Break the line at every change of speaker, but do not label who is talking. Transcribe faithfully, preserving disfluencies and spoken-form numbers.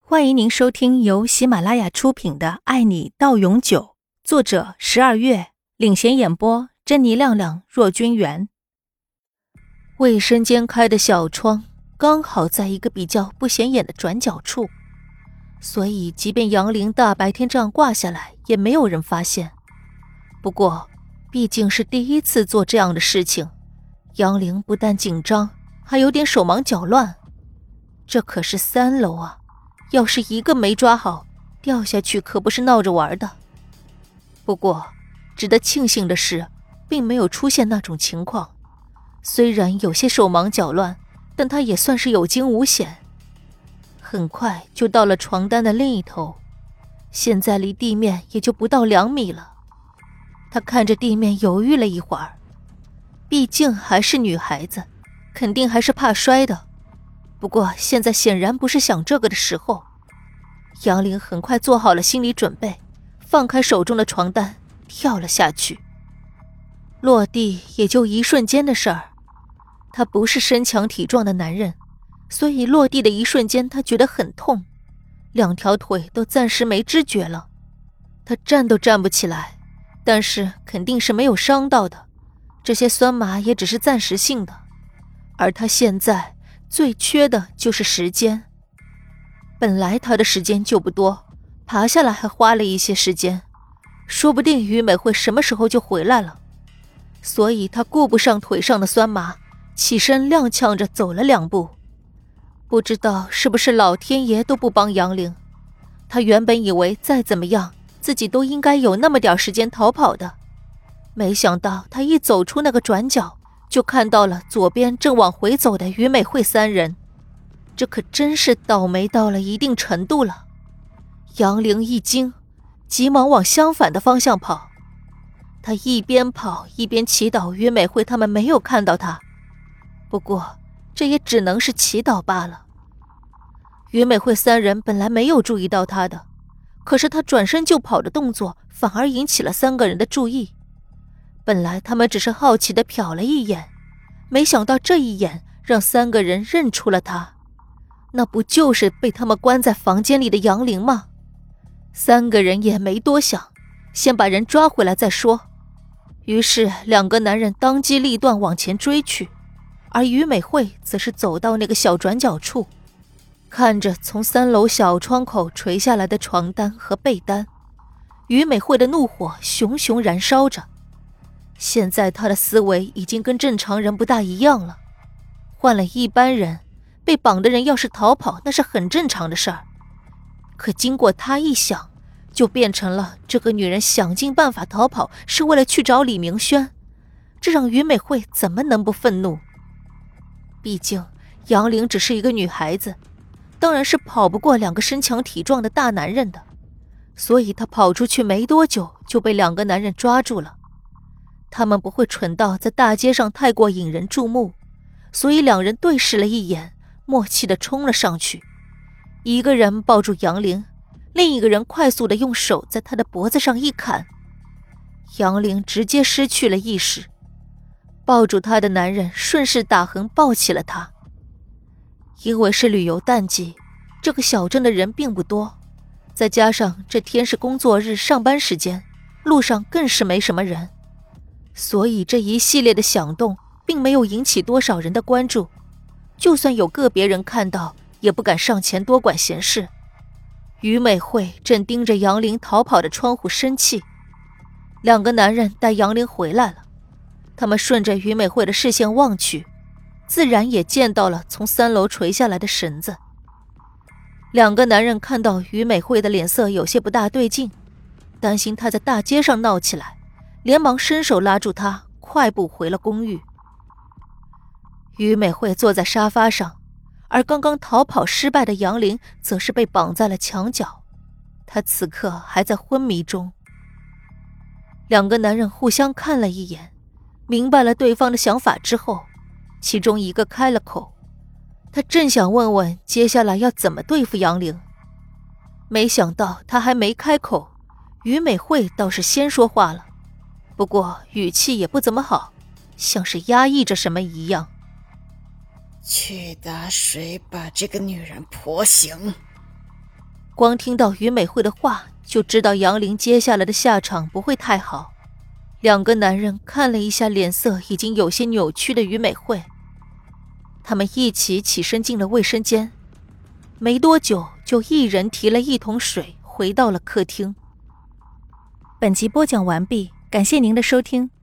欢迎您收听由喜马拉雅出品的《爱你到永久》，作者十二月，领衔演播珍妮亮亮、若君元。卫生间开的小窗刚好在一个比较不显眼的转角处，所以即便杨玲大白天这样挂下来，也没有人发现。不过毕竟是第一次做这样的事情，杨玲不但紧张，还有点手忙脚乱。这可是三楼啊，要是一个没抓好，掉下去可不是闹着玩的。不过值得庆幸的是，并没有出现那种情况。虽然有些手忙脚乱，但他也算是有惊无险。很快就到了床单的另一头，现在离地面也就不到两米了。他看着地面犹豫了一会儿，毕竟还是女孩子，肯定还是怕摔的。不过现在显然不是想这个的时候。杨玲很快做好了心理准备，放开手中的床单，跳了下去。落地也就一瞬间的事儿。他不是身强体壮的男人，所以落地的一瞬间他觉得很痛，两条腿都暂时没知觉了。他站都站不起来，但是肯定是没有伤到的，这些酸麻也只是暂时性的。而他现在最缺的就是时间。本来他的时间就不多，爬下来还花了一些时间，说不定于美惠什么时候就回来了。所以他顾不上腿上的酸麻，起身踉跄着走了两步。不知道是不是老天爷都不帮杨玲，他原本以为再怎么样自己都应该有那么点时间逃跑的，没想到他一走出那个转角，就看到了左边正往回走的于美惠三人。这可真是倒霉到了一定程度了。杨玲一惊，急忙往相反的方向跑。他一边跑一边祈祷于美惠他们没有看到他，不过这也只能是祈祷罢了。于美惠三人本来没有注意到他的，可是他转身就跑的动作反而引起了三个人的注意。本来他们只是好奇地瞟了一眼，没想到这一眼让三个人认出了他。那不就是被他们关在房间里的杨玲吗？三个人也没多想，先把人抓回来再说。于是两个男人当机立断往前追去，而于美惠则是走到那个小转角处，看着从三楼小窗口垂下来的床单和被单，于美惠的怒火熊熊燃烧着。现在她的思维已经跟正常人不大一样了，换了一般人，被绑的人要是逃跑那是很正常的事儿，可经过她一想，就变成了这个女人想尽办法逃跑是为了去找李明轩，这让于美惠怎么能不愤怒？毕竟杨玲只是一个女孩子，当然是跑不过两个身强体壮的大男人的，所以她跑出去没多久就被两个男人抓住了。他们不会蠢到在大街上太过引人注目，所以两人对视了一眼，默契地冲了上去。一个人抱住杨玲，另一个人快速地用手在她的脖子上一砍。杨玲直接失去了意识，抱住她的男人顺势打横抱起了她。因为是旅游淡季，这个小镇的人并不多，再加上这天是工作日上班时间，路上更是没什么人，所以这一系列的响动并没有引起多少人的关注，就算有个别人看到，也不敢上前多管闲事。于美惠正盯着杨玲逃跑的窗户生气。两个男人带杨玲回来了，他们顺着于美惠的视线望去，自然也见到了从三楼垂下来的绳子。两个男人看到于美惠的脸色有些不大对劲，担心她在大街上闹起来，连忙伸手拉住她，快步回了公寓。于美惠坐在沙发上，而刚刚逃跑失败的杨玲则是被绑在了墙角，她此刻还在昏迷中。两个男人互相看了一眼，明白了对方的想法之后，其中一个开了口，他正想问问接下来要怎么对付杨玲，没想到他还没开口，于美惠倒是先说话了，不过语气也不怎么好，像是压抑着什么一样。
去打水把这个女人泼醒。
光听到于美惠的话，就知道杨林接下来的下场不会太好。两个男人看了一下脸色已经有些扭曲的于美惠，他们一起起身进了卫生间，没多久就一人提了一桶水回到了客厅。本集播讲完毕，感谢您的收听。